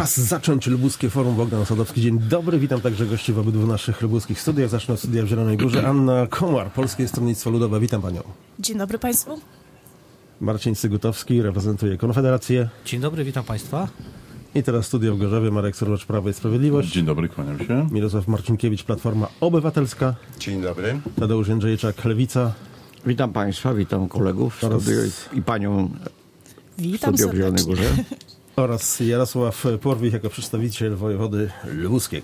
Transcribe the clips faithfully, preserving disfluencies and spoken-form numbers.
Czas zacząć lubuskie forum. Bogdan Sadowski. Dzień dobry, witam także gości w obydwu naszych lubuskich studiach. Zacznę od studia w Zielonej Górze. Anna Komar, Polskie Stronnictwo Ludowe. Witam panią. Dzień dobry państwu. Marcin Sygutowski reprezentuje Konfederację. Dzień dobry, witam państwa. I teraz studio w Gorzowie. Marek Surwacz, Prawo i Sprawiedliwość. Dzień dobry, kłaniam się. Mirosław Marcinkiewicz, Platforma Obywatelska. Dzień dobry. Tadeusz Jędrzejczak, Lewica. Witam państwa, witam kolegów w Oraz... studiu i panią Witam w studiu w Zielonej Górze. Oraz Jarosław Porwich jako przedstawiciel wojewody lubuskiego.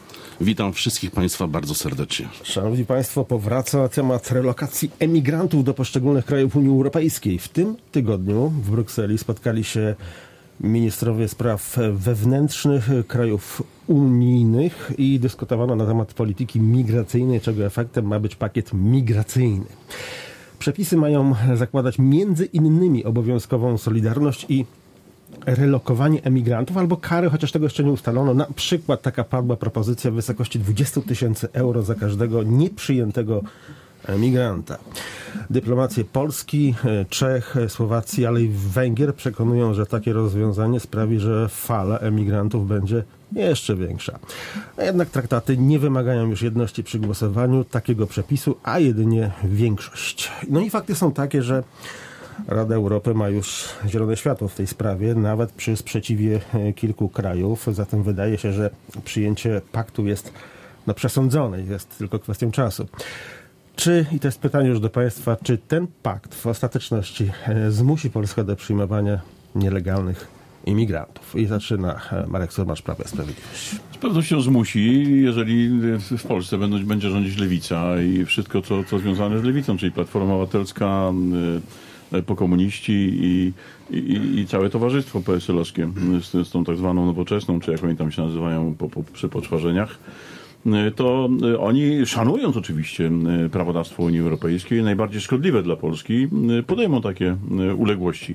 Witam wszystkich państwa bardzo serdecznie. Szanowni państwo, powraca temat relokacji emigrantów do poszczególnych krajów Unii Europejskiej. W tym tygodniu w Brukseli spotkali się ministrowie spraw wewnętrznych krajów unijnych i dyskutowano na temat polityki migracyjnej, czego efektem ma być pakiet migracyjny. Przepisy mają zakładać między innymi obowiązkową solidarność i relokowanie emigrantów albo kary, chociaż tego jeszcze nie ustalono. Na przykład taka padła propozycja w wysokości dwadzieścia tysięcy euro za każdego nieprzyjętego emigranta. Dyplomacje Polski, Czech, Słowacji, ale i Węgier przekonują, że takie rozwiązanie sprawi, że fala emigrantów będzie jeszcze większa. A jednak traktaty nie wymagają już jedności przy głosowaniu takiego przepisu, a jedynie większość. No i fakty są takie, że Rada Europy ma już zielone światło w tej sprawie, nawet przy sprzeciwie kilku krajów. Zatem wydaje się, że przyjęcie paktu jest no, przesądzone, jest tylko kwestią czasu. Czy, i to jest pytanie już do państwa, czy ten pakt w ostateczności zmusi Polskę do przyjmowania nielegalnych imigrantów? I zaczyna Marek Surmacz, Prawo i Sprawiedliwość. Z pewnością zmusi, jeżeli w Polsce będą, będzie rządzić lewica i wszystko, co, co związane z lewicą, czyli Platforma Obywatelska, pokomuniści i, i, i całe towarzystwo P S L-owskie z, z tą tak zwaną nowoczesną, czy jak oni tam się nazywają po, po, przy poczwarzeniach, to oni, szanując oczywiście prawodawstwo Unii Europejskiej, najbardziej szkodliwe dla Polski, podejmą takie uległości.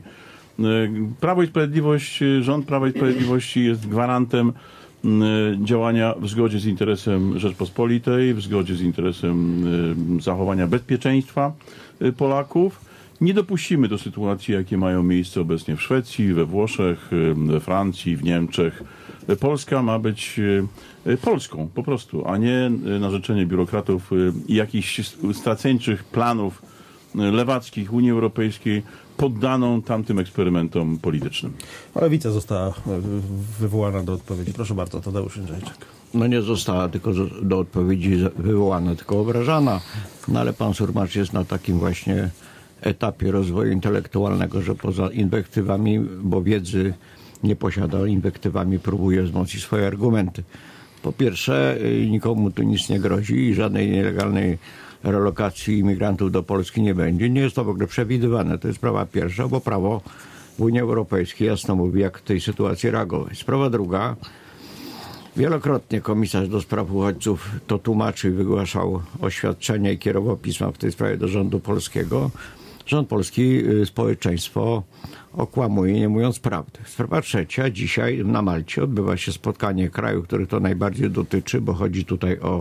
Prawo i Sprawiedliwość, rząd Prawa i Sprawiedliwości jest gwarantem działania w zgodzie z interesem Rzeczpospolitej, w zgodzie z interesem zachowania bezpieczeństwa Polaków. Nie dopuścimy do sytuacji, jakie mają miejsce obecnie w Szwecji, we Włoszech, we Francji, w Niemczech. Polska ma być Polską po prostu, a nie na życzenie biurokratów i jakichś straceńczych planów lewackich Unii Europejskiej poddaną tamtym eksperymentom politycznym. Lewica została wywołana do odpowiedzi. Proszę bardzo, Tadeusz Jędrzejczak. No nie została tylko do odpowiedzi wywołana, tylko obrażana. No ale pan Surmacz jest na takim właśnie etapie rozwoju intelektualnego, że poza inwektywami, bo wiedzy nie posiada, inwektywami próbuje wzmocnić swoje argumenty. Po pierwsze, nikomu tu nic nie grozi i żadnej nielegalnej relokacji imigrantów do Polski nie będzie. Nie jest to w ogóle przewidywane. To jest sprawa pierwsza, bo prawo w Unii Europejskiej jasno mówi, jak w tej sytuacji reagować. Sprawa druga. Wielokrotnie komisarz do spraw uchodźców to tłumaczył i wygłaszał oświadczenia i kierował pisma w tej sprawie do rządu polskiego. Rząd polski społeczeństwo okłamuje, nie mówiąc prawdy. Sprawa trzecia. Dzisiaj na Malcie odbywa się spotkanie krajów, których to najbardziej dotyczy, bo chodzi tutaj o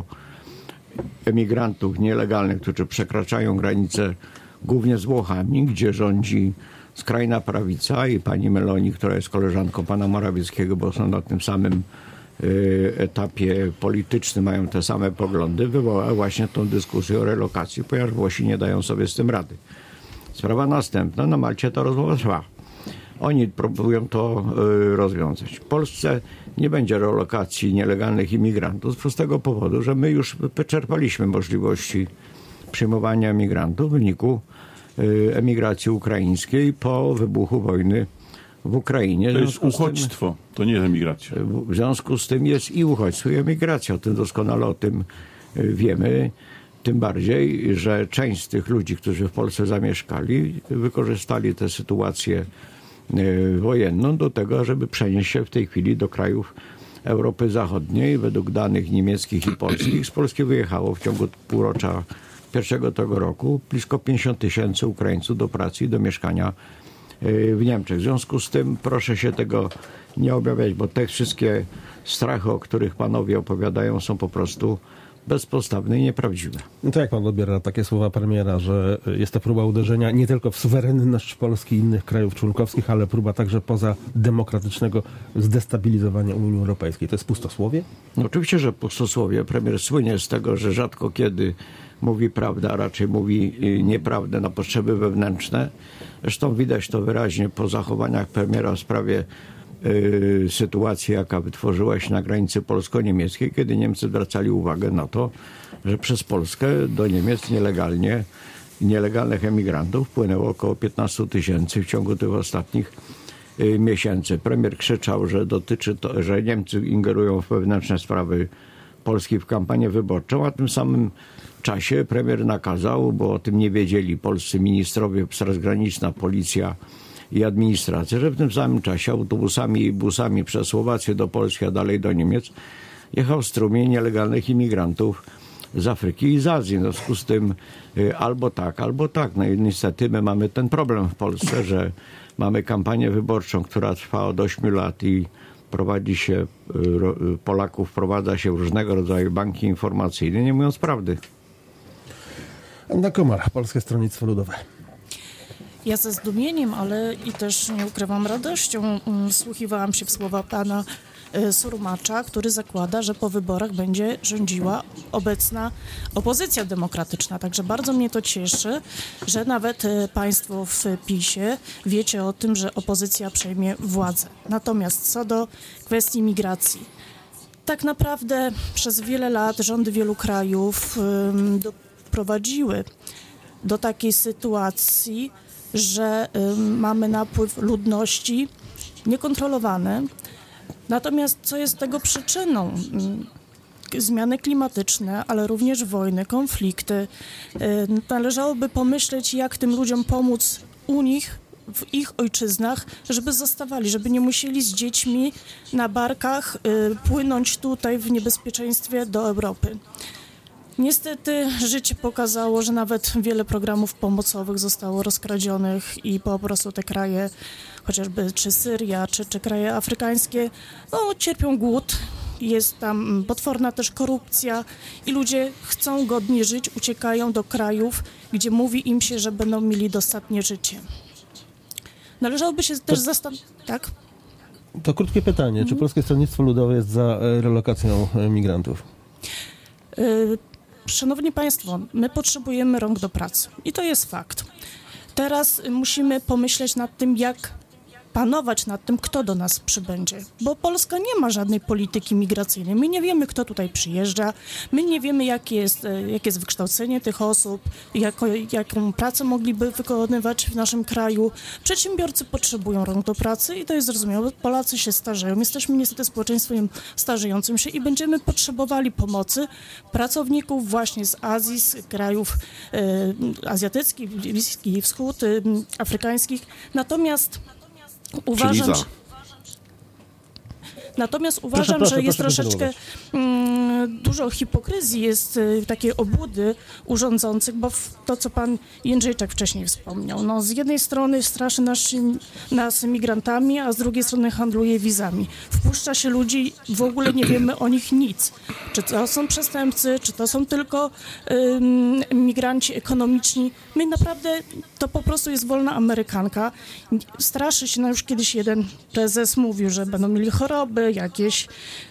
emigrantów nielegalnych, którzy przekraczają granicę głównie z Włochami, gdzie rządzi skrajna prawica i pani Meloni, która jest koleżanką pana Morawieckiego, bo są na tym samym y, etapie politycznym, mają te same poglądy, wywołała właśnie tą dyskusję o relokacji, ponieważ Włosi nie dają sobie z tym rady. Sprawa następna, na Malcie ta rozmowa trwa. Oni próbują to y, rozwiązać. W Polsce nie będzie relokacji nielegalnych imigrantów z prostego powodu, że my już wyczerpaliśmy możliwości przyjmowania emigrantów w wyniku y, emigracji ukraińskiej po wybuchu wojny w Ukrainie. To jest uchodźstwo, tym, to nie jest emigracja. W związku z tym jest i uchodźstwo, i emigracja. O tym doskonale o tym y, wiemy. Tym bardziej, że część z tych ludzi, którzy w Polsce zamieszkali, wykorzystali tę sytuację wojenną do tego, żeby przenieść się w tej chwili do krajów Europy Zachodniej. Według danych niemieckich i polskich z Polski wyjechało w ciągu półrocza pierwszego tego roku blisko pięćdziesiąt tysięcy Ukraińców do pracy i do mieszkania w Niemczech. W związku z tym proszę się tego nie obawiać, bo te wszystkie strachy, o których panowie opowiadają, są po prostu bezpodstawne i nieprawdziwe. No to jak pan odbiera takie słowa premiera, że jest to próba uderzenia nie tylko w suwerenność Polski i innych krajów członkowskich, ale próba także poza demokratycznego zdestabilizowania Unii Europejskiej? To jest pustosłowie? No oczywiście, że pustosłowie. Premier słynie z tego, że rzadko kiedy mówi prawdę, a raczej mówi nieprawdę na potrzeby wewnętrzne. Zresztą widać to wyraźnie po zachowaniach premiera w sprawie y, sytuacji, jaka wytworzyła się na granicy polsko-niemieckiej, kiedy Niemcy zwracali uwagę na to, że przez Polskę do Niemiec nielegalnie, nielegalnych emigrantów wpłynęło około piętnaście tysięcy w ciągu tych ostatnich y, miesięcy. Premier krzyczał, że dotyczy to, że Niemcy ingerują w wewnętrzne sprawy Polski w kampanię wyborczą, a w tym samym czasie premier nakazał, bo o tym nie wiedzieli polscy ministrowie, Straż Graniczna, policja i administracja, że w tym samym czasie autobusami i busami przez Słowację do Polski, a dalej do Niemiec jechał strumień nielegalnych imigrantów z Afryki i z Azji. W związku z tym y, albo tak, albo tak. No i niestety my mamy ten problem w Polsce, że mamy kampanię wyborczą, która trwa od ośmiu lat i prowadzi się, y, Polaków wprowadza się w różnego rodzaju banki informacyjne, nie mówiąc prawdy. Anna Komar, Polskie Stronnictwo Ludowe. Ja ze zdumieniem, ale i też nie ukrywam radością, wsłuchiwałam się w słowa pana Surmacza, który zakłada, że po wyborach będzie rządziła obecna opozycja demokratyczna. Także bardzo mnie to cieszy, że nawet państwo w PiSie wiecie o tym, że opozycja przejmie władzę. Natomiast co do kwestii migracji. Tak naprawdę przez wiele lat rządy wielu krajów um, doprowadziły do takiej sytuacji, że um, mamy napływ ludności niekontrolowany. Natomiast co jest tego przyczyną? Zmiany klimatyczne, ale również wojny, konflikty. Należałoby pomyśleć, jak tym ludziom pomóc u nich, w ich ojczyznach, żeby zostawali, żeby nie musieli z dziećmi na barkach płynąć tutaj w niebezpieczeństwie do Europy. Niestety życie pokazało, że nawet wiele programów pomocowych zostało rozkradzionych i po prostu te kraje, chociażby czy Syria, czy, czy kraje afrykańskie, no, cierpią głód. Jest tam potworna też korupcja i ludzie chcą godnie żyć, uciekają do krajów, gdzie mówi im się, że będą mieli dostatnie życie. Należałoby się też zastanowić... Tak? To krótkie pytanie. Czy Polskie Stronnictwo Ludowe jest za relokacją migrantów? Y- Szanowni Państwo, my potrzebujemy rąk do pracy i to jest fakt. Teraz musimy pomyśleć nad tym, jak panować nad tym, kto do nas przybędzie, bo Polska nie ma żadnej polityki migracyjnej. My nie wiemy, kto tutaj przyjeżdża, my nie wiemy, jakie jest, jakie jest wykształcenie tych osób, jako, jaką pracę mogliby wykonywać w naszym kraju. Przedsiębiorcy potrzebują rąk do pracy i to jest zrozumiałe. Polacy się starzeją, jesteśmy niestety społeczeństwem starzejącym się i będziemy potrzebowali pomocy pracowników właśnie z Azji, z krajów e, azjatyckich, Bliski Wschód, e, afrykańskich. Natomiast Uważam, że, natomiast uważam, proszę, proszę, że jest proszę troszeczkę mm, dużo hipokryzji, jest y, takiej obłudy urządzących, bo to, co pan Jędrzejczak wcześniej wspomniał, no z jednej strony straszy nas, nas migrantami, a z drugiej strony handluje wizami. Wpuszcza się ludzi, w ogóle nie wiemy o nich nic. Czy to są przestępcy, czy to są tylko y, migranci ekonomiczni. My naprawdę, to po prostu jest wolna Amerykanka. Straszy się, no już kiedyś jeden prezes mówił, że będą mieli choroby, jakieś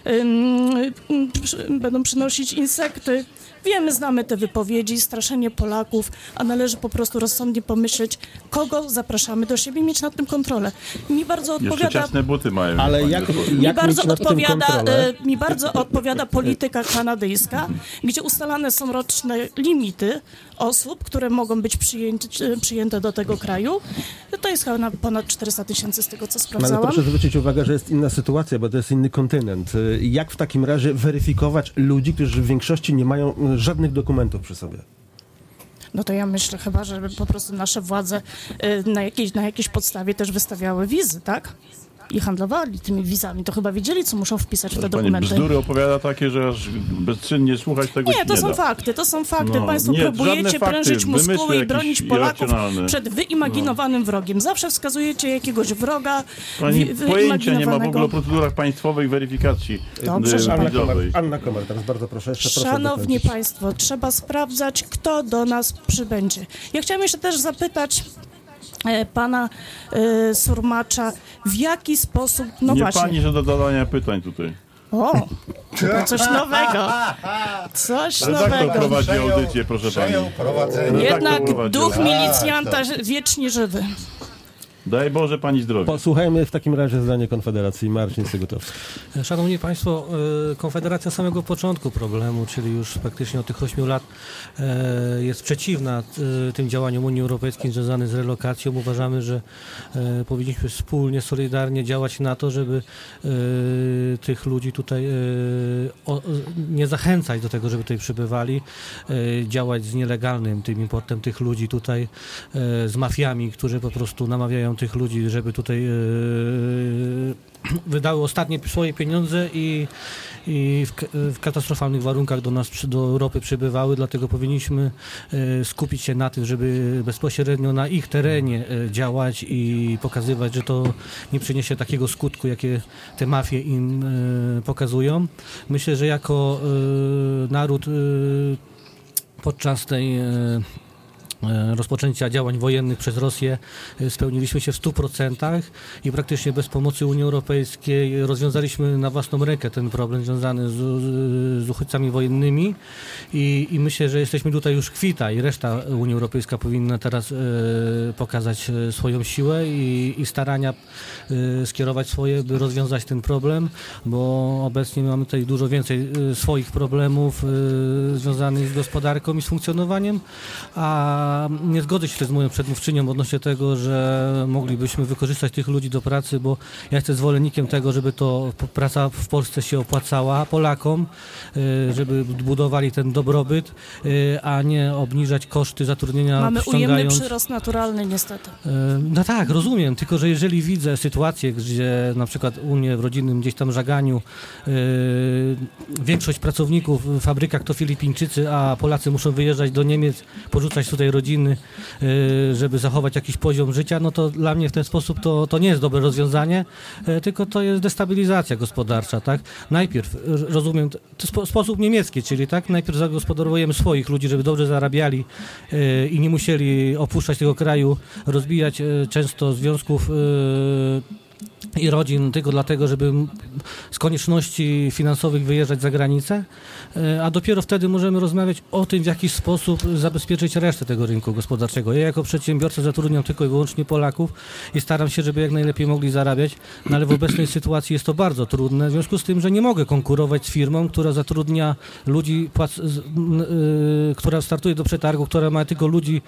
um, będą przynosić insekty. Wiemy, znamy te wypowiedzi, straszenie Polaków, a należy po prostu rozsądnie pomyśleć, kogo zapraszamy do siebie i mieć nad tym kontrolę. Mi bardzo odpowiada... Jeszcze ciasne buty mają. Ale jak, mi, jak bardzo odpowiada, e, mi bardzo odpowiada polityka kanadyjska, gdzie ustalane są roczne limity osób, które mogą być przyjęte, przyjęte do tego kraju. To jest chyba na ponad czterysta tysięcy z tego, co sprawdzałam. Ale proszę zwrócić uwagę, że jest inna sytuacja, bo to jest inny kontynent. Jak w takim razie weryfikować ludzi, którzy w większości nie mają żadnych dokumentów przy sobie? No to ja myślę chyba, że po prostu nasze władze na jakiejś, na jakiejś podstawie też wystawiały wizy, tak? i handlowali tymi wizami, to chyba wiedzieli, co muszą wpisać w te Pani dokumenty. bzdury opowiada takie, że aż bezczynnie słuchać tego Nie, się to nie są da. fakty, to są fakty. No, Państwo nie, żadne próbujecie fakty, prężyć wymysły muskuły i jakieś bronić Polaków irracjonalne. przed wyimaginowanym wrogiem. Zawsze wskazujecie jakiegoś wroga Pani wy- pojęcia nie ma w ogóle o wyimaginowanego. procedurach państwowej weryfikacji Dobrze, y, że- Anna Komar, wizowej. Anna Komar, teraz bardzo proszę, jeszcze proszę Szanowni dokończyć. Państwo, trzeba sprawdzać, kto do nas przybędzie. Ja chciałam jeszcze też zapytać e, pana e, Surmacza, w jaki sposób, no Nie właśnie, pani, że do zadania pytań tutaj. o, to coś nowego, coś Redaktor nowego. prowadzi Przejął- audycję, proszę pani. Przejął prowadzenie. Jednak prowadzi. duch A, milicjanta tak. ży- wiecznie żywy. Daj Boże pani zdrowia. Posłuchajmy w takim razie zdanie Konfederacji. Marcin Sygutowski. Szanowni Państwo, e, Konfederacja z samego początku problemu, czyli już praktycznie od tych ośmiu lat e, jest przeciwna e, tym działaniom Unii Europejskiej związanym z relokacją. Uważamy, że e, powinniśmy wspólnie, solidarnie działać na to, żeby e, tych ludzi tutaj e, o, nie zachęcać do tego, żeby tutaj przybywali, e, działać z nielegalnym tym importem tych ludzi tutaj, e, z mafiami, które po prostu namawiają tych ludzi, żeby tutaj e, wydały ostatnie swoje pieniądze i, i w, k- w katastrofalnych warunkach do nas, przy- do Europy przybywały, dlatego powinniśmy e, skupić się na tym, żeby bezpośrednio na ich terenie e, działać i pokazywać, że to nie przyniesie takiego skutku, jakie te mafie im e, pokazują. Myślę, że jako e, naród e, podczas tej e, rozpoczęcia działań wojennych przez Rosję spełniliśmy się w stu procentach i praktycznie bez pomocy Unii Europejskiej rozwiązaliśmy na własną rękę ten problem związany z, z uchodźcami wojennymi i, i myślę, że jesteśmy tutaj już kwita i reszta Unii Europejska powinna teraz e, pokazać e, swoją siłę i, i starania e, skierować swoje, by rozwiązać ten problem, bo obecnie mamy tutaj dużo więcej e, swoich problemów e, związanych z gospodarką i z funkcjonowaniem, a nie zgodzę się z moją przedmówczynią odnośnie tego, że moglibyśmy wykorzystać tych ludzi do pracy, bo ja jestem zwolennikiem tego, żeby to p- praca w Polsce się opłacała Polakom, y, żeby budowali ten dobrobyt, y, a nie obniżać koszty zatrudnienia, Mamy ujemny ściągając... przyrost naturalny niestety. E, No tak, rozumiem, tylko że jeżeli widzę sytuację, gdzie na przykład u mnie w rodzinnym gdzieś tam żaganiu e, większość pracowników w fabrykach to Filipińczycy, a Polacy muszą wyjeżdżać do Niemiec, porzucać tutaj rodziny, e, żeby zachować jakiś poziom życia, no to dla mnie w ten sposób to, to nie jest dobre rozwiązanie, e, tylko to jest destabilizacja gospodarcza, tak? Najpierw, e, rozumiem, to spo, sposób niemiecki, czyli tak, najpierw zagospodarowujemy swoich ludzi, żeby dobrze zarabiali e, i nie musieli opuszczać tego kraju, rozbijać e, często związków e, i rodzin tylko dlatego, żeby m- z konieczności finansowych wyjeżdżać za granicę, e, a dopiero wtedy możemy rozmawiać o tym, w jaki sposób zabezpieczyć resztę tego rynku gospodarczego. Ja jako przedsiębiorca zatrudniam tylko i wyłącznie Polaków i staram się, żeby jak najlepiej mogli zarabiać, no ale w obecnej sytuacji jest to bardzo trudne, w związku z tym, że nie mogę konkurować z firmą, która zatrudnia ludzi, płac, z, n, y, która startuje do przetargu, która ma tylko ludzi,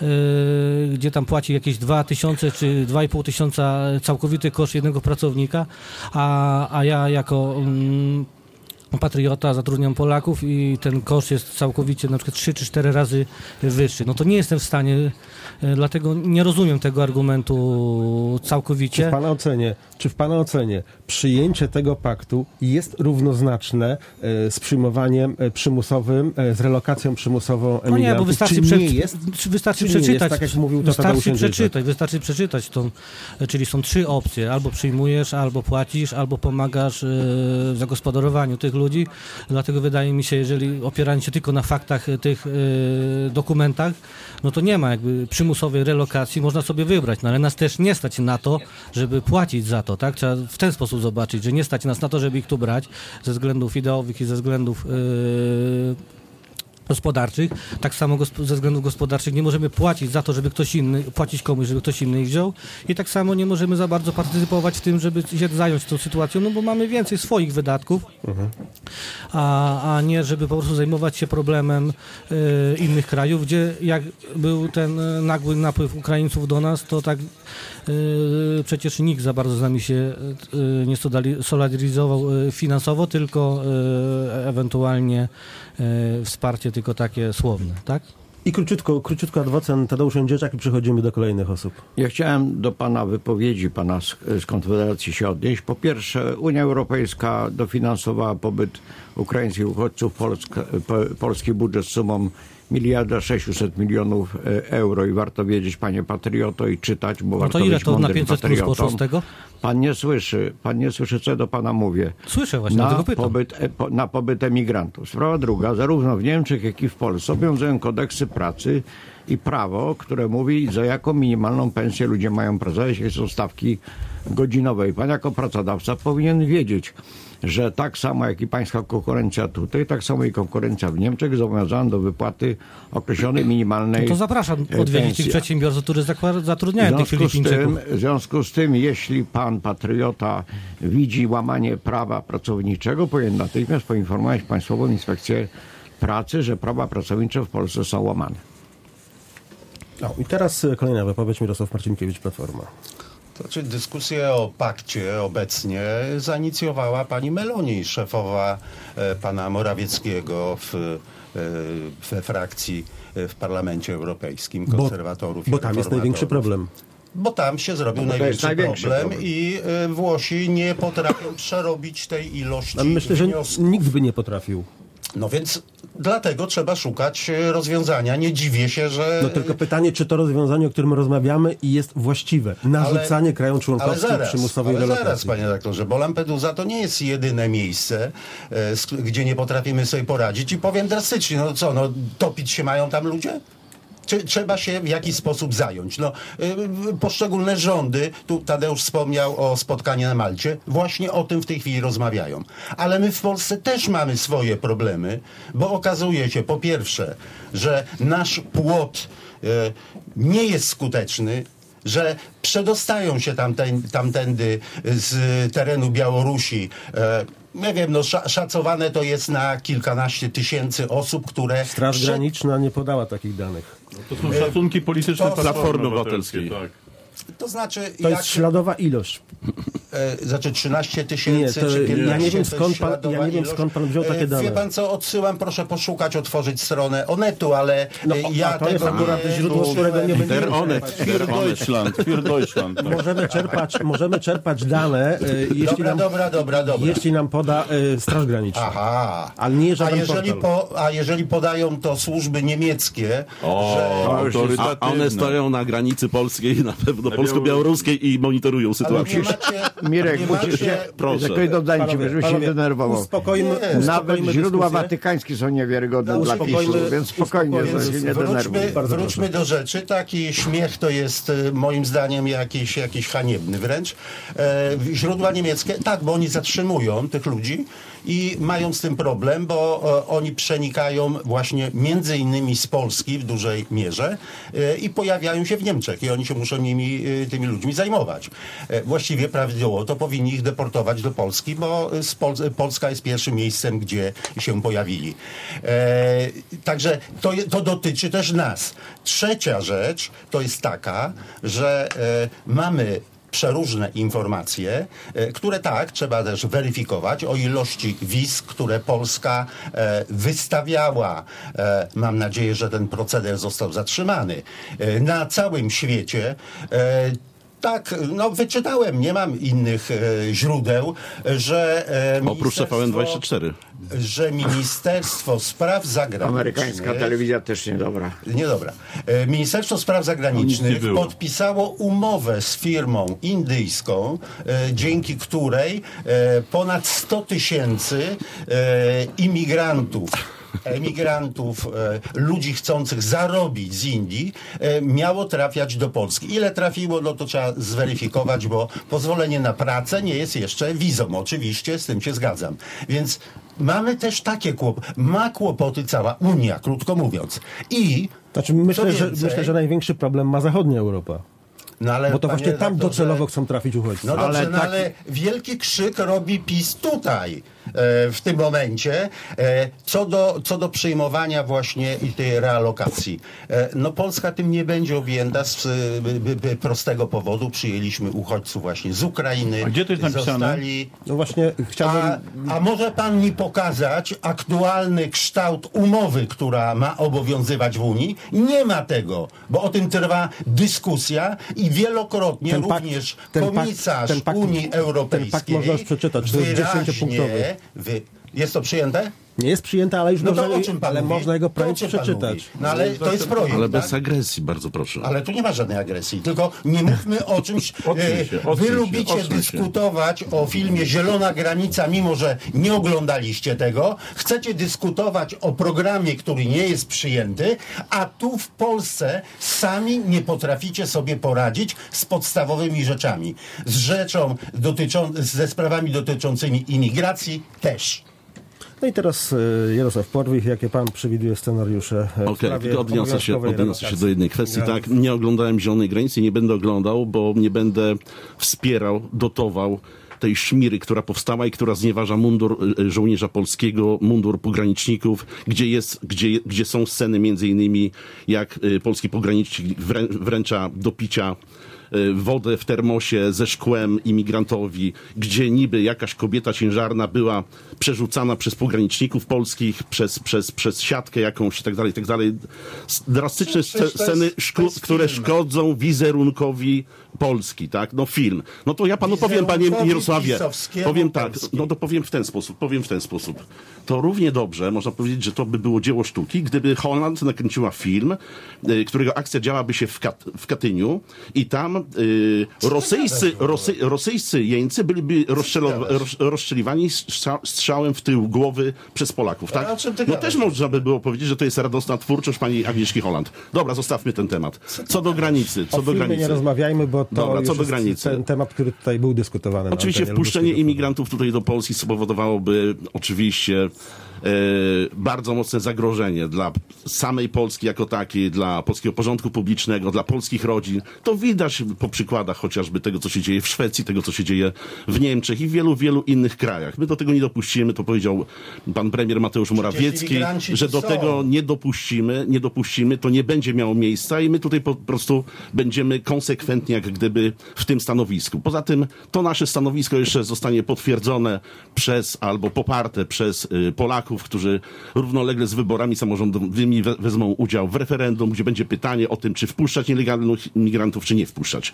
y, gdzie tam płaci jakieś dwa tysiące czy dwa i pół tysiąca całkowity koszt jednego pracownika, a, a ja jako mm, patriota zatrudniam Polaków i ten koszt jest całkowicie na przykład trzy czy cztery razy wyższy. No to nie jestem w stanie, e, dlatego nie rozumiem tego argumentu Czy w całkowicie. Pana ocenie, czy w Pana ocenie przyjęcie tego paktu jest równoznaczne e, z przyjmowaniem e, przymusowym, e, z relokacją przymusową No nie, emigrantów? bo wystarczy, czy prze, nie jest? czy wystarczy czy nie jest, przeczytać. tak jak mówił to wystarczy Tadeusz Jędrzejczak? przeczytać, wystarczy przeczytać tą, czyli są trzy opcje, albo przyjmujesz, albo płacisz, albo pomagasz e, w zagospodarowaniu tych ludzi, dlatego wydaje mi się, jeżeli opierając się tylko na faktach e, tych e, dokumentach, no to nie ma jakby przymusowej relokacji, można sobie wybrać, no ale nas też nie stać na to, żeby płacić za to, tak? Trzeba w ten sposób zobaczyć, że nie stać nas na to, żeby ich tu brać ze względów ideowych i ze względów e, gospodarczych, tak samo gosp- ze względów gospodarczych nie możemy płacić za to, żeby ktoś inny, płacić komuś, żeby ktoś inny ich wziął i tak samo nie możemy za bardzo partycypować w tym, żeby się zająć tą sytuacją, no bo mamy więcej swoich wydatków, a, a nie żeby po prostu zajmować się problemem e, innych krajów, gdzie jak był ten e, nagły napływ Ukraińców do nas, to tak e, przecież nikt za bardzo z nami się e, nie sodali- solidaryzował e, finansowo, tylko e, ewentualnie e, wsparcie tylko takie słowne, tak? I króciutko, króciutko adwokat Tadeusz Jędrzejczak i przechodzimy do kolejnych osób. Ja chciałem do pana wypowiedzi, pana z, z Konfederacji się odnieść. Po pierwsze, Unia Europejska dofinansowała pobyt ukraińskich uchodźców, Polska, po, polski budżet z sumą miliarda sześciuset milionów euro i warto wiedzieć, panie patrioto, i czytać, bo No warto to ile być to na mądrym pięćset plus patriotą. poszło z tego? Pan nie słyszy, pan nie słyszy, co ja do pana mówię. Słyszę właśnie, Na dlatego pytam. pobyt, e, po, na pobyt emigrantów. Sprawa druga, zarówno w Niemczech, jak i w Polsce obowiązują kodeksy pracy i prawo, które mówi, za jaką minimalną pensję ludzie mają pracować, jeśli są stawki godzinowe. I pan jako pracodawca powinien wiedzieć, że tak samo jak i pańska konkurencja tutaj, tak samo i konkurencja w Niemczech zobowiązana do wypłaty określonej minimalnej No to zapraszam odwiedzić pensji. tych przedsiębiorców, którzy zakła- W zatrudniają tych związku, z Filipińczyków. tym, w związku z tym, jeśli pan patriota widzi łamanie prawa pracowniczego, powinien natychmiast poinformować Państwową Inspekcję Pracy, że prawa pracownicze w Polsce są łamane. O, i teraz kolejna wypowiedź, Mirosław Marcinkiewicz, Platforma. To znaczy dyskusję o pakcie obecnie zainicjowała pani Meloni, szefowa e, pana Morawieckiego w, e, we frakcji e, w Parlamencie Europejskim, konserwatorów i Bo tam jest największy problem. Bo tam się zrobił No to jest największy, największy problem, problem. i e, Włosi nie potrafią przerobić tej ilości A myślę, że wniosków. nikt by nie potrafił. No więc dlatego trzeba szukać e, rozwiązania. Nie dziwię się, że... No tylko pytanie, czy to rozwiązanie, o którym rozmawiamy, i jest właściwe. Narzucanie krajom członkowskim ale zaraz, przymusowej ale relokacji. zaraz, panie redaktorze, bo Lampedusa to nie jest jedyne miejsce, e, z, gdzie nie potrafimy sobie poradzić. I powiem drastycznie, no co, no topić się mają tam ludzie? Czy trzeba się w jakiś sposób zająć? No, y, poszczególne rządy, tu Tadeusz wspomniał o spotkaniu na Malcie, właśnie o tym w tej chwili rozmawiają. Ale my w Polsce też mamy swoje problemy, bo okazuje się, po pierwsze, że nasz płot y, nie jest skuteczny, że przedostają się tamten, tamtędy z terenu Białorusi. E, nie wiem, no sz, szacowane to jest na kilkanaście tysięcy osób, które... Straż prze- Graniczna nie podała takich danych. To są szacunki polityczne To- Platformy Platformy Obywatelskiej. Obywatelskiej. Tak. To znaczy... To jak, jest śladowa ilość. e, znaczy trzynaście Nie, tysięcy to czy ja piętnaście nie wiem, to skąd jest pan- śladowa ja nie wiem, ilość. skąd pan wziął takie E, dane. Wie pan co, odsyłam, proszę poszukać, otworzyć stronę Onetu, ale No, e, a ja to jest tego akurat nie... źródło, z którego nie będziemy Der Onet. czerpać. Für Deutschland, für Deutschland. Tak. Możemy czerpać, możemy czerpać dane, e, jeśli Dobra, nam, dobra, dobra, dobra. jeśli nam poda e, Straż Graniczna. Aha. Ale nie a żaden jeżeli, portal. po, a jeżeli podają to służby niemieckie, O, że... To już jest- A one stoją na granicy polskiej, na pewno polsko-białoruskiej i monitorują Ale sytuację. nie macie... Mirek, nie musisz macie, się... Proszę. Jakoś dodajcie, Panowie, żebyś się panowie, nie denerwował. Uspokojmy, Nie, uspokojmy Nawet źródła dyskusję. watykańskie są niewiarygodne dla uspokojmy- PiSu, więc spokojnie, uspokojmy- że się nie denerwuj. Wróćmy, Bardzo wróćmy do rzeczy. Taki śmiech to jest e, moim zdaniem jakiś, jakiś haniebny wręcz. E, źródła niemieckie, tak, bo oni zatrzymują tych ludzi i mają z tym problem, bo e, oni przenikają właśnie między innymi z Polski w dużej mierze e, i pojawiają się w Niemczech i oni się muszą nimi, e, tymi ludźmi zajmować. E, właściwie prawidłowo to powinni ich deportować do Polski, bo z Pol Polska jest pierwszym miejscem, gdzie się pojawili. E, także to, je- to dotyczy też nas. Trzecia rzecz to jest taka, że e, mamy przeróżne informacje, e, które tak, trzeba też weryfikować o ilości wiz, które Polska e, wystawiała. E, mam nadzieję, że ten proceder został zatrzymany. E, na całym świecie e, tak, no wyczytałem, nie mam innych e, źródeł, że e, Oprócz T V N dwadzieścia cztery. że Ministerstwo Spraw Zagranicznych... Amerykańska telewizja też niedobra. Niedobra. E, Ministerstwo Spraw Nic Zagranicznych nie było. podpisało umowę z firmą indyjską, e, dzięki której e, ponad sto tysięcy e, imigrantów emigrantów, e, ludzi chcących zarobić z Indii, e, miało trafiać do Polski. Ile trafiło, no to trzeba zweryfikować, bo pozwolenie na pracę nie jest jeszcze wizą. Oczywiście, z tym się zgadzam. Więc mamy też takie kłopoty. Ma kłopoty cała Unia, krótko mówiąc. I Znaczy, myślę, co że, więcej- myślę, że największy problem ma zachodnia Europa. no ale, Bo to panie właśnie tam redaktorze, docelowo chcą trafić uchodźcy. No dobrze, Ale no tak- ale wielki krzyk robi PiS tutaj. w tym momencie. Co do, co do przyjmowania właśnie i tej realokacji. No Polska tym nie będzie objęta z prostego powodu. Przyjęliśmy uchodźców właśnie z Ukrainy. A gdzie to jest napisane? Zostali... No właśnie chciałbym... A, a może pan mi pokazać aktualny kształt umowy, która ma obowiązywać w Unii? Nie ma tego, bo o tym trwa dyskusja i wielokrotnie Ten pakt- również ten pakt- komisarz ten pakt- Unii Europejskiej ten pakt można już przeczytać, to jest dziesięciopunktowy. Wy... Jest to przyjęte? Nie jest przyjęte, ale już No można, to o czym pan ale mówi? można jego To o projekt czym pan przeczytać. mówi? No ale to jest projekt, Ale tak? bez agresji, bardzo proszę. Ale tu nie ma żadnej agresji, tylko nie mówmy o czymś. Odsuń się, e, odsuń Wy się, lubicie odsuń się. dyskutować o filmie Zielona Granica, mimo że nie oglądaliście tego. Chcecie dyskutować o programie, który nie jest przyjęty, a tu w Polsce sami nie potraficie sobie poradzić z podstawowymi rzeczami. Z rzeczą dotyczą, ze sprawami dotyczącymi imigracji też. No i teraz e, Jarosław Porwich, jakie pan przewiduje scenariusze e, w Okej, sprawie tylko odniosę się, obowiązkowej odniosę się relokacji? do jednej kwestii. Ja- Tak, nie oglądałem Zielonej Granicy, nie będę oglądał, bo nie będę wspierał, dotował tej szmiry, która powstała i która znieważa mundur e, żołnierza polskiego, mundur pograniczników, gdzie jest, gdzie, gdzie są sceny między innymi jak e, polski pogranicznik wrę, wręcza do picia e, wodę w termosie ze szkłem imigrantowi, gdzie niby jakaś kobieta ciężarna była przerzucana przez pograniczników polskich, przez, przez, przez siatkę jakąś i tak dalej, i tak dalej. S- Drastyczne Przecież to jest- sceny, to jest szko- które film. szkodzą wizerunkowi Polski, tak? No film. No to ja panu powiem, panie Wizerunkowi Mirosławie, pisowskiemu powiem tak, Polski. no to powiem w ten sposób, powiem w ten sposób. To równie dobrze, można powiedzieć, że to by było dzieło sztuki, gdyby Holland nakręciła film, y, którego akcja działaby się w, Kat- w Katyniu i tam y, rosyjscy, rosy, rosyjscy jeńcy byliby rozstrzelo- roz, rozstrzeliwani strza- strzałem w tył głowy przez Polaków, tak? Ale o czym ty No gadasz? też można by było powiedzieć, że to jest radosna twórczość pani Agnieszki Holland. Dobra, zostawmy ten temat. Co do granicy, co O do filmie granicy. nie rozmawiajmy, bo to Dobra, już co do jest granicy. ten temat, który tutaj był dyskutowany. na Oczywiście antenie wpuszczenie Lubuskiego Forum. imigrantów tutaj do Polski spowodowałoby oczywiście e, bardzo mocne zagrożenie dla samej Polski jako takiej, dla polskiego porządku publicznego, dla polskich rodzin. To widać po przykładach chociażby tego, co się dzieje w Szwecji, tego, co się dzieje w Niemczech i w wielu, wielu innych krajach. My do tego nie dopuścimy, to powiedział pan premier Mateusz Morawiecki, imigranci że tu do są. tego nie dopuścimy, nie dopuścimy, to nie będzie miało miejsca i my tutaj po prostu będziemy konsekwentni jak gdyby w tym stanowisku. Poza tym to nasze stanowisko jeszcze zostanie potwierdzone przez albo poparte przez y, Polaków, którzy równolegle z wyborami samorządowymi we, wezmą udział w referendum, gdzie będzie pytanie o tym, czy wpuszczać nielegalnych imigrantów, czy nie wpuszczać.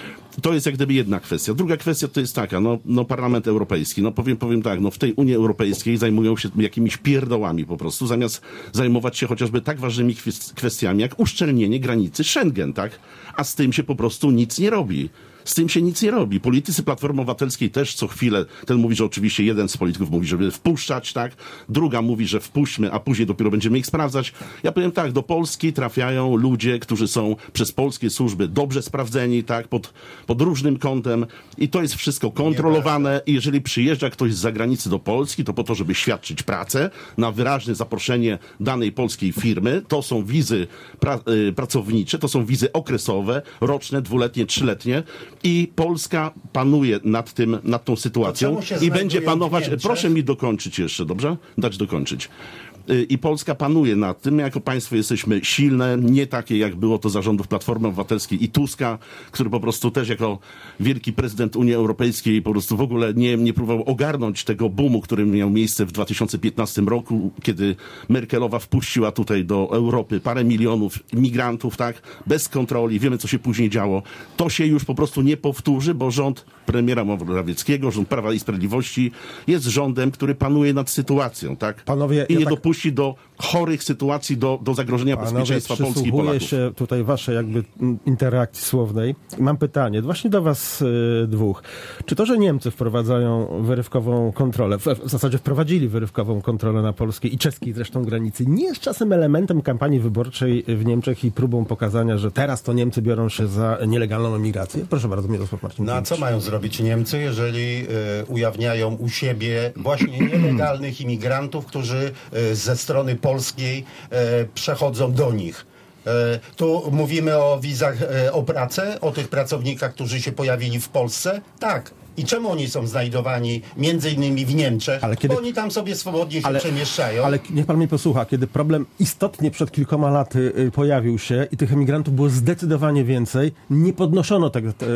To jest jak gdyby jedna kwestia. Druga kwestia to jest taka, no, no Parlament Europejski, no powiem, powiem tak, no w tej Unii Europejskiej zajmują się jakimiś pierdołami po prostu, zamiast zajmować się chociażby tak ważnymi kwes- kwestiami, jak uszczelnienie granicy Schengen, tak? A z tym się po prostu nic nie robi. Z tym się nic nie robi. Politycy Platformy Obywatelskiej też co chwilę, ten mówi, że oczywiście jeden z polityków mówi, żeby wpuszczać, tak? Druga mówi, że wpuśćmy, a później dopiero będziemy ich sprawdzać. Ja powiem tak, do Polski trafiają ludzie, którzy są przez polskie służby dobrze sprawdzeni, tak? Pod, pod różnym kątem i to jest wszystko kontrolowane i jeżeli przyjeżdża ktoś z zagranicy do Polski, to po to, żeby świadczyć pracę na wyraźne zaproszenie danej polskiej firmy. To są wizy pra, y, pracownicze, to są wizy okresowe, roczne, dwuletnie, trzyletnie. I Polska panuje nad tym, nad tą sytuacją czemu się i znajdują będzie w panować. Niemczech? Proszę mi dokończyć jeszcze, dobrze? Dać dokończyć. Y, I Polska panuje nad tym. My jako państwo jesteśmy silne, nie takie jak było to za rządów Platformy Obywatelskiej i Tuska, który po prostu też jako wielki prezydent Unii Europejskiej po prostu w ogóle nie, nie próbował ogarnąć tego boomu, który miał miejsce w dwa tysiące piętnastym roku, kiedy Merkelowa wpuściła tutaj do Europy parę milionów migrantów, tak? Bez kontroli. Wiemy, co się później działo. To się już po prostu nie powtórzy, bo rząd premiera Morawieckiego, rząd Prawa i Sprawiedliwości jest rządem, który panuje nad sytuacją, tak? Panowie, I ja nie tak- dopuści do chorych sytuacji, do, do zagrożenia Panowie, bezpieczeństwa Polski i przysłuchuję Polaków. się tutaj waszej jakby mm, interakcji słownej. I mam pytanie właśnie do was y, dwóch. Czy to, że Niemcy wprowadzają wyrywkową kontrolę, w, w zasadzie wprowadzili wyrywkową kontrolę na polskiej i czeskiej zresztą granicy, nie jest czasem elementem kampanii wyborczej w Niemczech i próbą pokazania, że teraz to Niemcy biorą się za nielegalną emigrację? Proszę bardzo, Mirosław Marcin. No a co mają zrobić Niemcy, jeżeli e, ujawniają u siebie właśnie nielegalnych imigrantów, którzy e, ze strony polskiej e, przechodzą do nich? E, tu mówimy o wizach, e, o pracę, o tych pracownikach, którzy się pojawili w Polsce? Tak. I czemu oni są znajdowani między innymi w Niemczech? Ale kiedy- Bo oni tam sobie swobodnie się Ale, przemieszczają. ale niech pan mnie posłucha, kiedy problem istotnie przed kilkoma laty y, pojawił się i tych emigrantów było zdecydowanie więcej, nie podnoszono tego, te, y,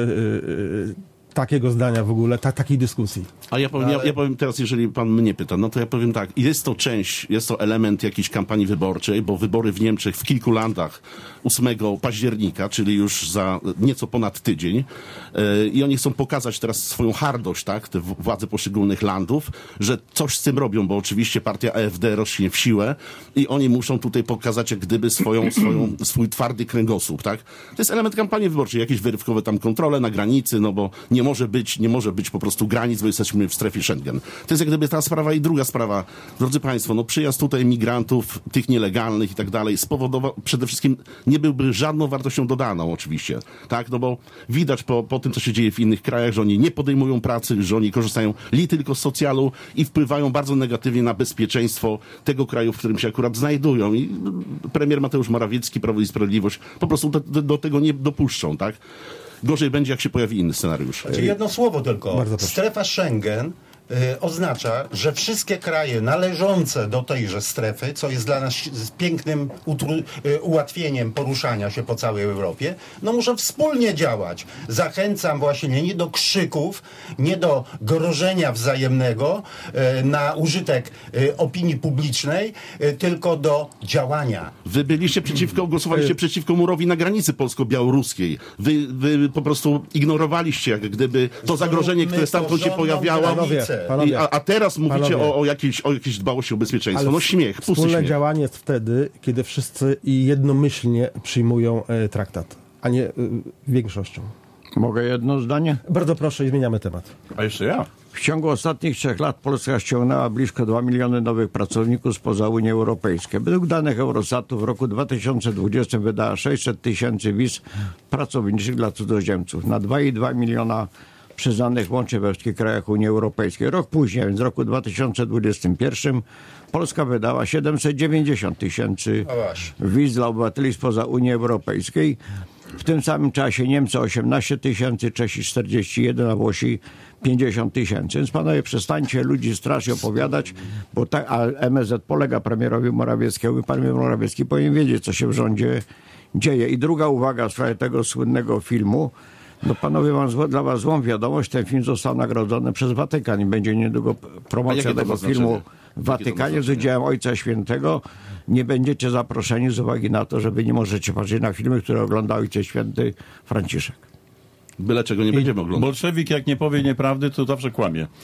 y, takiego zdania w ogóle, ta, takiej dyskusji. A ja powiem, ja, ja powiem teraz, jeżeli pan mnie pyta, no to ja powiem tak, jest to część, jest to element jakiejś kampanii wyborczej, bo wybory w Niemczech w kilku landach ósmego października, czyli już za nieco ponad tydzień yy, i oni chcą pokazać teraz swoją hardość, tak, te w- władze poszczególnych landów, że coś z tym robią, bo oczywiście partia A F D rośnie w siłę i oni muszą tutaj pokazać jak gdyby swoją, swoją, swój twardy kręgosłup, tak. To jest element kampanii wyborczej, jakieś wyrywkowe tam kontrole na granicy, no bo nie może być, nie może być po prostu granic, bo jesteśmy w strefie Schengen. To jest jak gdyby ta sprawa i druga sprawa. Drodzy Państwo, no przyjazd tutaj migrantów, tych nielegalnych i tak dalej, spowodował, przede wszystkim nie byłby żadną wartością dodaną oczywiście, tak, no bo widać po, po tym, co się dzieje w innych krajach, że oni nie podejmują pracy, że oni korzystają li tylko z socjalu i wpływają bardzo negatywnie na bezpieczeństwo tego kraju, w którym się akurat znajdują i premier Mateusz Morawiecki, Prawo i Sprawiedliwość po prostu do, do, do tego nie dopuszczą, tak. Gorzej będzie, jak się pojawi inny scenariusz. Czyli jedno słowo tylko. Bardzo proszę. Strefa Schengen y, oznacza, że wszystkie kraje należące do tejże strefy, co jest dla nas z pięknym utru- y, ułatwieniem poruszania się po całej Europie, no muszą wspólnie działać. Zachęcam właśnie nie do krzyków, nie do grożenia wzajemnego y, na użytek y, opinii publicznej, y, tylko do działania. Wy byliście przeciwko, głosowaliście przeciwko murowi na granicy polsko-białoruskiej. Wy, wy po prostu ignorowaliście jak gdyby to zagrożenie, które stamtąd się pojawiało. Panowie, panowie. I, a, a teraz mówicie Panowie. o, o, jakiejś, o jakiejś dbałości o bezpieczeństwo. No śmiech, pusty Wspólne śmiech. działanie jest wtedy, kiedy wszyscy i jednomyślnie przyjmują e, traktat, a nie e, większością. Mogę jedno zdanie? Bardzo proszę i zmieniamy temat. A jeszcze ja. W ciągu ostatnich trzech lat Polska ściągnęła blisko dwa miliony nowych pracowników spoza Unii Europejskiej. Według danych Eurostatu w roku dwa tysiące dwudziestym wydała sześćset tysięcy wiz pracowniczych dla cudzoziemców na dwa i dwa miliona przyznanych łącznie we wszystkich krajach Unii Europejskiej. Rok później, więc w roku dwa tysiące dwudziestym pierwszym Polska wydała siedemset dziewięćdziesiąt tysięcy No właśnie. wiz dla obywateli spoza Unii Europejskiej. W tym samym czasie Niemcy osiemnaście tysięcy, Czesi czterdzieści jeden, a Włosi pięćdziesiąt tysięcy. Więc panowie, przestańcie ludzi strasznie opowiadać, bo tak, a M S Z polega premierowi Morawieckiemu i pan premier Morawiecki powinien wiedzieć, co się w rządzie dzieje. I druga uwaga w sprawie tego słynnego filmu. No panowie, mam zło, dla was złą wiadomość, ten film został nagrodzony przez Watykan i będzie niedługo A promocja jakie to tego ma znaczenie? filmu w Jakie to ma Watykanie z znaczenie? udziałem Ojca Świętego. Nie będziecie zaproszeni z uwagi na to, że wy nie możecie patrzeć na filmy, które ogląda Ojciec Święty Franciszek. Byle czego nie będziemy oglądać. Bolszewik jak nie powie nieprawdy, to zawsze kłamie. E,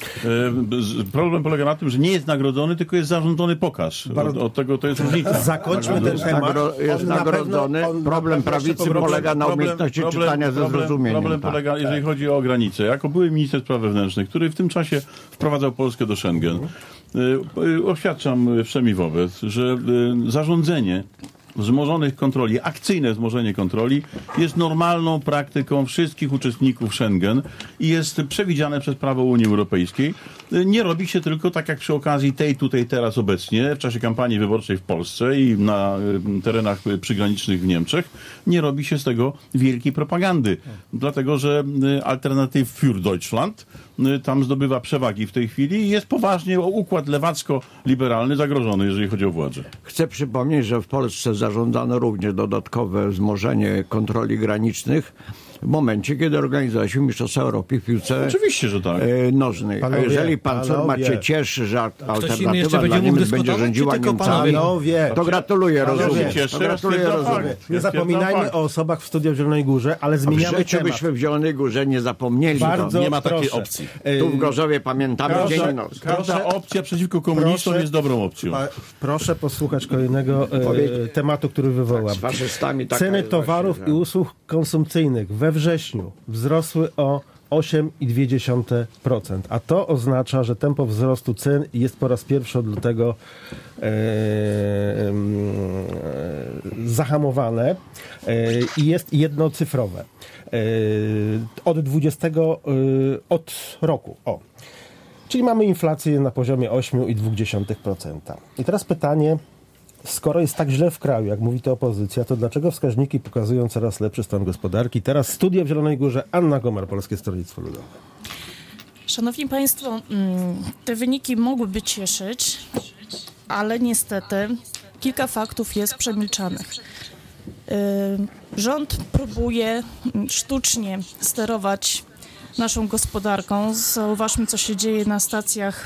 z- problem polega na tym, że nie jest nagrodzony, tylko jest zarządzony pokaz. Od, od tego to jest różnica. Zakończmy ten Jest, temat. nagro, jest On na nagrodzony. pewno- on na Problem pewno jeszcze prawicy powróci. polega na umiejętności czytania ze problem, zrozumieniem. Problem tak. polega, jeżeli chodzi o granice. Jako były minister spraw wewnętrznych, który w tym czasie wprowadzał Polskę do Schengen, y, y, oświadczam wszemi wobec, że y, zarządzenie wzmożonych kontroli, akcyjne wzmożenie kontroli jest normalną praktyką wszystkich uczestników Schengen i jest przewidziane przez prawo Unii Europejskiej. Nie robi się tylko tak jak przy okazji tej tutaj teraz obecnie w czasie kampanii wyborczej w Polsce i na y, terenach y, przygranicznych w Niemczech. Nie robi się z tego wielkiej propagandy. Dlatego, że y, Alternative für Deutschland y, tam zdobywa przewagi w tej chwili i jest poważnie układ lewacko-liberalny zagrożony, jeżeli chodzi o władzę. Chcę przypomnieć, że w Polsce zarządzano również dodatkowe wzmożenie kontroli granicznych w momencie, kiedy organizowaliśmy Mistrzostwa Europy w piłce Oczywiście, że tak. e, nożnej. Panowie, A jeżeli pan Surma panowie. cię cieszy, że inny jeszcze alternatywa będzie dla mógł Niemiec będzie dyskutować, rządziła czy tylko Niemcami, panowie? to gratuluję, Panowie. rozumiem. Cieszę, To gratuluję, stwierdzam rozumiem. fakt. Nie zapominajmy fakt. o osobach w studio w Zielonej Górze, ale W zmieniamy życiu temat. byśmy w Zielonej Górze nie zapomnieli. Bardzo Nie ma takiej proszę. opcji. E, Tu w Gorzowie pamiętamy Proszę. dzień i noc. Każda Proszę- opcja przeciwko komunistom proszę- jest dobrą opcją. Pa, proszę posłuchać kolejnego e, Powiedzieć. tematu, który wywołam. Z faszystami taka Ceny jest towarów właśnie, i że- usług konsumpcyjnych we wrześniu wzrosły o osiem przecinek dwa procent, a to oznacza, że tempo wzrostu cen jest po raz pierwszy od lutego e, e, zahamowane e, i jest jednocyfrowe. E, od dwudziestego e, od roku. O. Czyli mamy inflację na poziomie osiem przecinek dwa procent. I teraz pytanie, skoro jest tak źle w kraju, jak mówi to opozycja, to dlaczego wskaźniki pokazują coraz lepszy stan gospodarki? Teraz studio w Zielonej Górze, Anna Gomar, Polskie Stronnictwo Ludowe. Szanowni Państwo, te wyniki mogłyby cieszyć, ale niestety kilka faktów jest przemilczanych. Rząd próbuje sztucznie sterować naszą gospodarką. Zauważmy, co się dzieje na stacjach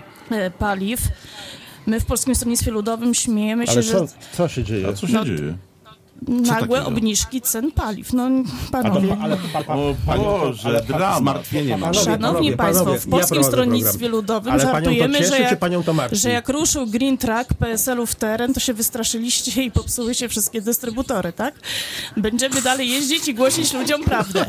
paliw. My w Polskim Stronnictwie Ludowym śmiejemy się, Ale że co, co się dzieje? A co się No, dzieje? nagłe takiego? obniżki cen paliw. No panowie, Ale, pan, pan, O Boże, dramat. Zmartwienie mam. Panowie, szanowni panowie, Państwo, panowie, w ja Polskim prowadzę Stronnictwie program. Ludowym Ale panią to żartujemy, cieszy, że, czy jak, panią to martwi? że jak ruszył Green Track P S L-u w teren, to się wystraszyliście i popsuły się wszystkie dystrybutory, tak? Będziemy dalej jeździć i głosić ludziom prawdę.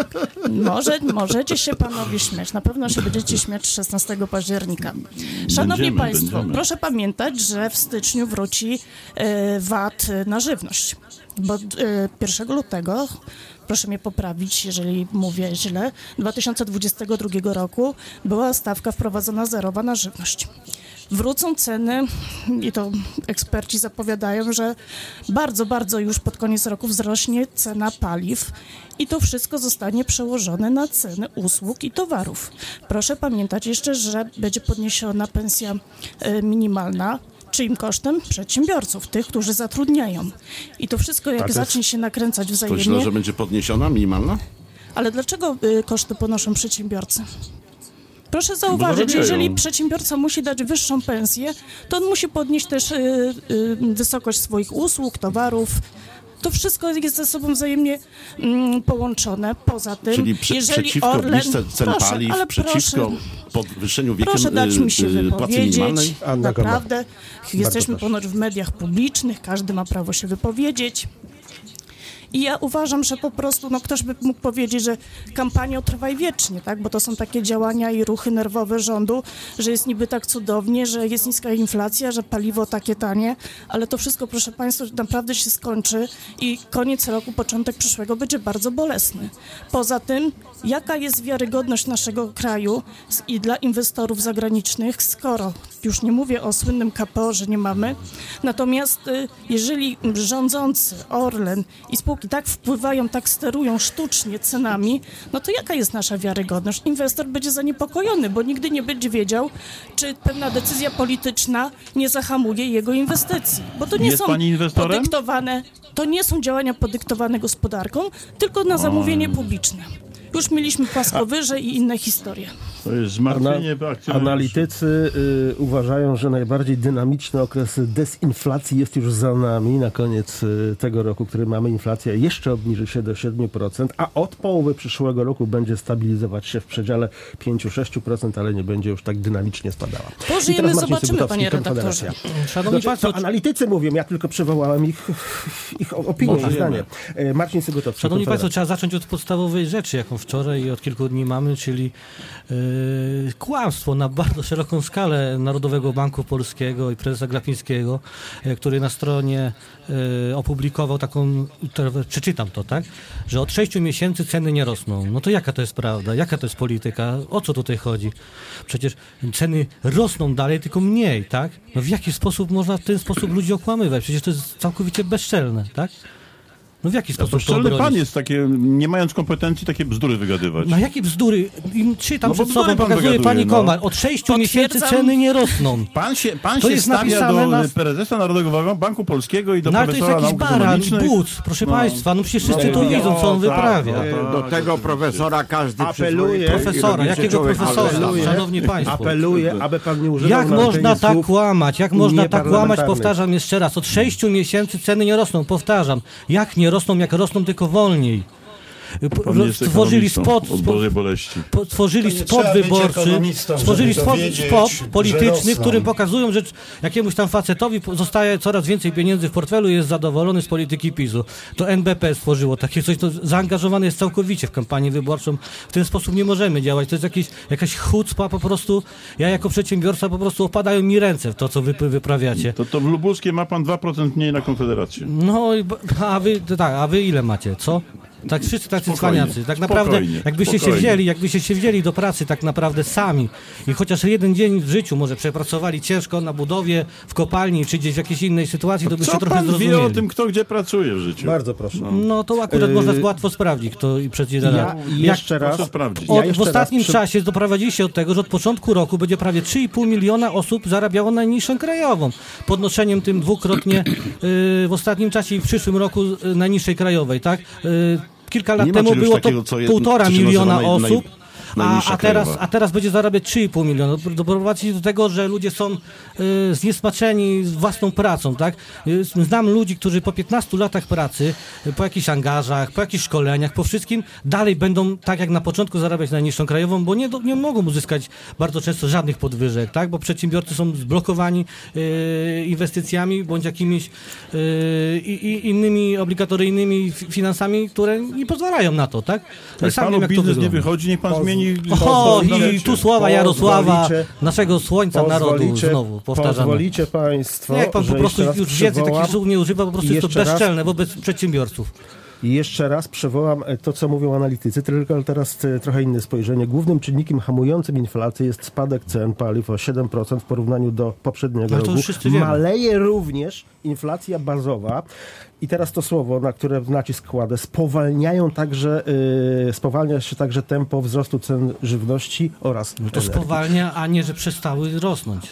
Może, możecie się panowie śmiać, na pewno się będziecie śmiać szesnastego października. Szanowni Będziemy, Państwo, będziemy. proszę pamiętać, że w styczniu wróci e, V A T na żywność, bo e, pierwszego lutego, proszę mnie poprawić, jeżeli mówię źle, dwa tysiące dwudziestego drugiego roku była stawka wprowadzona zerowa na żywność. Wrócą ceny i to eksperci zapowiadają, że bardzo, bardzo już pod koniec roku wzrośnie cena paliw i to wszystko zostanie przełożone na ceny usług i towarów. Proszę pamiętać jeszcze, że będzie podniesiona pensja e, minimalna, czyim kosztem? Przedsiębiorców, tych, którzy zatrudniają. I to wszystko jak to jest- zacznie się nakręcać To wzajemnie. źle, że będzie podniesiona minimalna? Ale dlaczego y, koszty ponoszą przedsiębiorcy? Proszę zauważyć, zarabiają. jeżeli przedsiębiorca musi dać wyższą pensję, to on musi podnieść też y, y, wysokość swoich usług, towarów. To wszystko jest ze sobą wzajemnie mm, połączone. Poza tym, Czyli prze, jeżeli przeciwko Orlen... obniżce cen proszę, paliw, ale przeciwko proszę, podwyższeniu wiekiem proszę dać mi się y, y, płacy minimalnej? wypowiedzieć. Anna Goma. Naprawdę, jesteśmy proszę. ponoć w mediach publicznych, każdy ma prawo się wypowiedzieć. I ja uważam, że po prostu, no ktoś by mógł powiedzieć, że kampania trwa wiecznie, tak? Bo to są takie działania i ruchy nerwowe rządu, że jest niby tak cudownie, że jest niska inflacja, że paliwo takie tanie, ale to wszystko, proszę Państwa, naprawdę się skończy i koniec roku, początek przyszłego będzie bardzo bolesny. Poza tym, jaka jest wiarygodność naszego kraju z- i dla inwestorów zagranicznych, skoro, już nie mówię o słynnym K P O, że nie mamy, natomiast y, jeżeli rządzący, Orlen i spółki tak wpływają, tak sterują sztucznie cenami, no to jaka jest nasza wiarygodność? Inwestor będzie zaniepokojony, bo nigdy nie będzie wiedział, czy pewna decyzja polityczna nie zahamuje jego inwestycji. Bo to nie Jest są pani inwestorem? podyktowane, to nie są działania podyktowane gospodarką, tylko na zamówienie publiczne. Już mieliśmy płaskowyże i inne historie. To jest Ana, zmartwienie akcjonariuszy. analitycy y, uważają, że najbardziej dynamiczny okres dezinflacji jest już za nami. Na koniec y, tego roku, który mamy, inflacja jeszcze obniży się do siedem procent, a od połowy przyszłego roku będzie stabilizować się w przedziale pięć do sześciu procent, ale nie będzie już tak dynamicznie spadała. Pożyjemy, I teraz Marcin zobaczymy, Sygutowski, panie Konfederacja. redaktorze. Szanowni Znaczy, Państwo, to analitycy mówią, ja tylko przywołałem ich, ich opinię, ich zdanie. E, Marcin Sygutowski, Szanowni Państwo, Konfederacja. trzeba zacząć od podstawowej rzeczy, jaką wczoraj i od kilku dni mamy, czyli yy, kłamstwo na bardzo szeroką skalę Narodowego Banku Polskiego i prezesa Glapińskiego, yy, który na stronie yy, opublikował taką, te, przeczytam to, tak, że od sześciu miesięcy ceny nie rosną. No to jaka to jest prawda? Jaka to jest polityka? O co tutaj chodzi? Przecież ceny rosną dalej, tylko mniej, tak? No w jaki sposób można w ten sposób ludzi okłamywać? Przecież to jest całkowicie bezczelne, tak? No w jaki To sposób to szczelny obronić? pan jest takie, nie mając kompetencji, takie bzdury wygadywać. Na jakie bzdury? Im czytam No bo przed sobą, bzdury pan pokazuje wygaduje, pani no. Komar. Od sześciu miesięcy Potwierdzam. ceny nie rosną. Pan się, pan To się jest stawia napisane do na- prezesa Narodowego Banku Polskiego i do No ale to jest profesora jakiś nauk baran, ekonomicznych. buc, proszę No. państwa. No przecież wszyscy No, to no, widzą, co on tak, wyprawia. no, E, tak, Do tego oczywiście. profesora każdy Apeluje- przyzwoity i Profesora, robi się jakiego człowiek profesora? apeluję. Szanowni państwo. Apeluję, aby pan nie używał Jak na można antenie tak słów kłamać? Jak można tak kłamać? nieparlamentarnych. Powtarzam jeszcze raz. Od sześciu miesięcy ceny nie rosną. Powtarzam. Jak nie rosną? Jak rosną, tylko wolniej. P- Pan jest Stworzyli ekonomistą spot, od spo, Bożej boleści. po- stworzyli To nie spot trzeba być wyborczy, ekonomistą, stworzyli żeby to spot, wiedzieć, spot że polityczny, rosną. w którym pokazują, że jakiemuś tam facetowi po- zostaje coraz więcej pieniędzy w portfelu i jest zadowolony z polityki PiSu. To N B P stworzyło takie coś, to zaangażowane jest całkowicie w kampanię wyborczą. W ten sposób nie możemy działać. To jest jakieś, jakaś chucpa po prostu. Ja jako przedsiębiorca po prostu opadają mi ręce w to, co wy wyprawiacie. To, to w Lubuskie ma pan dwa procent mniej na Konfederację. No, i b- a wy, to tak, a wy ile macie, co? Tak, wszyscy tacy Spokojnie, cwaniacy. Tak naprawdę, spokojnie, jakbyście się spokojnie. wzięli, jakbyście się wzięli do pracy tak naprawdę sami i chociaż jeden dzień w życiu może przepracowali ciężko na budowie, w kopalni, czy gdzieś w jakiejś innej sytuacji, to byście Co trochę pan zrozumieli. wie o tym, kto gdzie pracuje w życiu? Bardzo proszę. No to akurat Yy, można łatwo sprawdzić, kto i przez jeden Ja lat. jeszcze raz... Proszę sprawdzić. Od, Ja w jeszcze ostatnim raz przy- czasie doprowadziliście do tego, że od początku roku będzie prawie trzy i pół miliona osób zarabiało najniższą krajową. Podnoszeniem tym dwukrotnie yy, w ostatnim czasie i w przyszłym roku yy, najniższej krajowej, tak? Yy, kilka lat Nie ma temu czegoś było to takiego, co jest- półtora co się miliona nazywa naj- naj- osób. A, najniższa a, teraz, krajowa. a teraz będzie zarabiać trzy i pół miliona. Doprowadzić do tego, że ludzie są y, zniesmaczeni własną pracą, tak? Y, Znam ludzi, którzy po piętnastu latach pracy, y, po jakichś angażach, po jakichś szkoleniach, po wszystkim, dalej będą tak jak na początku zarabiać najniższą krajową, bo nie, do- nie mogą uzyskać bardzo często żadnych podwyżek, tak? Bo przedsiębiorcy są zblokowani y, inwestycjami bądź jakimiś y, i, i innymi obligatoryjnymi fi- finansami, które nie pozwalają na to, tak? Jak Sam panu wiem, jak to biznes nie wygląda. wychodzi, niech pan zmieni... Oho, Pozwolicie. i tu słowa Jarosława, Pozwolicie- naszego słońca narodu Pozwolicie- znowu powtarzamy. Pozwolicie państwo, Nie, jak pan że po prostu jeszcze raz już wiedzy przywołam- takich słów nie używa, po prostu jest to jeszcze raz- bezczelne wobec przedsiębiorców. I jeszcze raz przywołam e, to, co mówią analitycy, tylko teraz e, trochę inne spojrzenie. Głównym czynnikiem hamującym inflację jest spadek cen paliw o siedem procent w porównaniu do poprzedniego Ale to roku. już wszyscy wiemy. Maleje również inflacja bazowa. I teraz to słowo, na które nacisk kładę, spowalniają także, e, spowalnia się także tempo wzrostu cen żywności oraz To energii. spowalnia, a nie, że przestały rosnąć.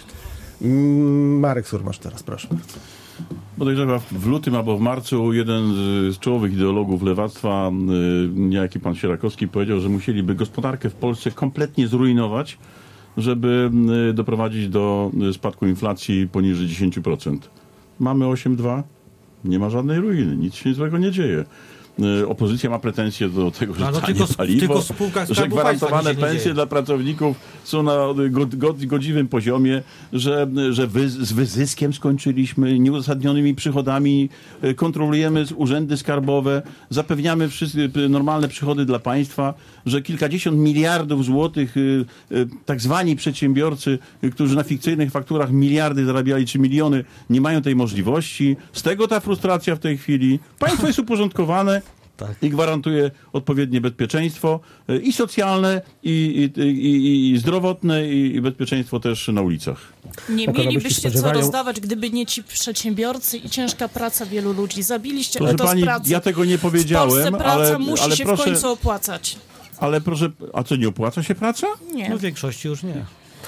Mm, Marek Surmacz teraz, proszę. Podejrzewam, w lutym albo w marcu jeden z czołowych ideologów lewactwa, y, niejaki pan Sierakowski, powiedział, że musieliby gospodarkę w Polsce kompletnie zrujnować, żeby y, doprowadzić do y, spadku inflacji poniżej dziesięć procent. Mamy osiem przecinek dwa. Nie ma żadnej ruiny, nic się złego nie dzieje. Y, Opozycja ma pretensje do tego, że Ale tanie tylko- paliwo, tylko w spółkach że Skarbu Państwa gwarantowane nic się nie pensje dzieje. dla pracowników są na god, god, godziwym poziomie, że, że wy, z wyzyskiem skończyliśmy, nieuzasadnionymi przychodami, y, kontrolujemy urzędy skarbowe, zapewniamy wszystkie normalne przychody dla państwa, że kilkadziesiąt miliardów złotych y, y, tak zwani przedsiębiorcy, y, którzy na fikcyjnych fakturach miliardy zarabiali, czy miliony, nie mają tej możliwości. Z tego ta frustracja w tej chwili. Państwo jest uporządkowane i gwarantuje odpowiednie bezpieczeństwo y, i socjalne, i, i, i, i zdrowotne, i, i bezpieczeństwo też na ulicach. Nie Ekonomiści mielibyście co spodziewają- rozdawać, gdyby nie ci przedsiębiorcy i ciężka praca wielu ludzi. Zabiliście Proszę etos pani, pracy. ja tego nie W powiedziałem, Polsce praca ale, musi ale się proszę, w końcu opłacać. ale proszę, a co, nie opłaca się praca? Nie. No w większości już nie.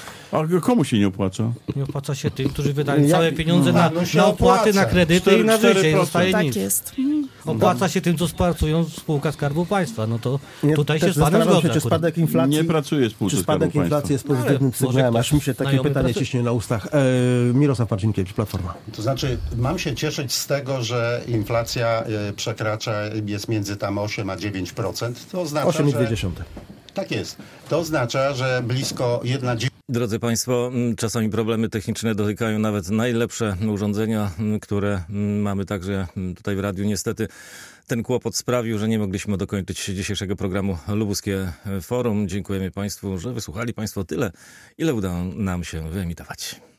A komu się nie opłaca? Nie opłaca się tym, którzy wydają Jak- całe pieniądze no, na, no się na opłaty, opłaca. na kredyty i na cztery życie. I procent. zostaje Tak nic. jest. Opłaca się tym, co pracują w spółkach Skarbu Państwa. No to Nie, tutaj się też z panem zastanawiam zgodzę się, czy akurat. spadek inflacji... Nie pracuje spółce Czy Skarbu spadek inflacji Państwa. jest pozytywnym Ale może sygnałem? ktoś Aż mi się takie znajomy pytanie pracuje. ciśnie na ustach. E, Mirosław Marcinkiewicz, Platforma. To znaczy, mam się cieszyć z tego, że inflacja e, przekracza, jest między tam osiem a dziewięć procent. To oznacza, osiem że... przecinek dwa. Tak jest. To oznacza, że blisko jedna Drodzy Państwo, m, czasami problemy techniczne dotykają nawet najlepsze urządzenia, m, które m, mamy także m, tutaj w radiu. Niestety ten kłopot sprawił, że nie mogliśmy dokończyć dzisiejszego programu Lubuskie Forum. Dziękujemy Państwu, że wysłuchali Państwo tyle, ile udało nam się wyemitować.